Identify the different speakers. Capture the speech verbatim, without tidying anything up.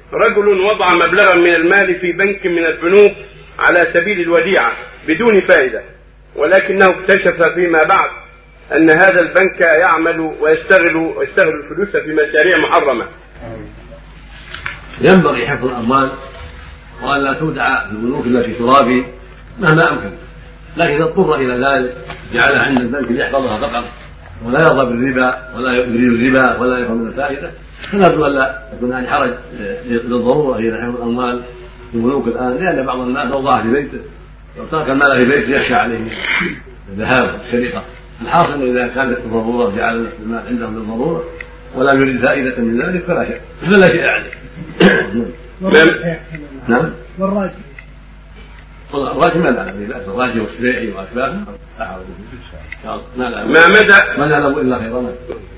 Speaker 1: رجل وضع مبلغا من المال في بنك من البنوك على سبيل الوديعة بدون فائدة، ولكنه اكتشف فيما بعد أن هذا البنك يعمل ويستغل ويستغل الفلوس في مشاريع محرمة.
Speaker 2: ينبغي حفظ الأموال وأن لا تودع في البنوك التي ترابي مهما أمكن، لكن اضطر إلى ذلك جعلها عند البنك ليحفظها فقط ولا يرضى بالربا ولا يريد الربا ولا يفهم من الفائدة، فنرجو أن لا يكون عن حرج للضرورة إلى حفظ الأموال في البنوك الآن، لأن بعض الناس وضعها في بيته لو ترك المال في بيته يخشى عليه الذهاب والسرقة. الحاصل إذا كانت الضرورة جعل المال عنده للضرورة ولا يريد فائدة من ذلك فلا شيء فلا شيء عليه. نعم.
Speaker 3: والراجل
Speaker 2: الراجل ما نعلم بأس، الراجل والسبيعي وأشباهه
Speaker 1: ما مدى
Speaker 2: ما نعلم إلا خيرا.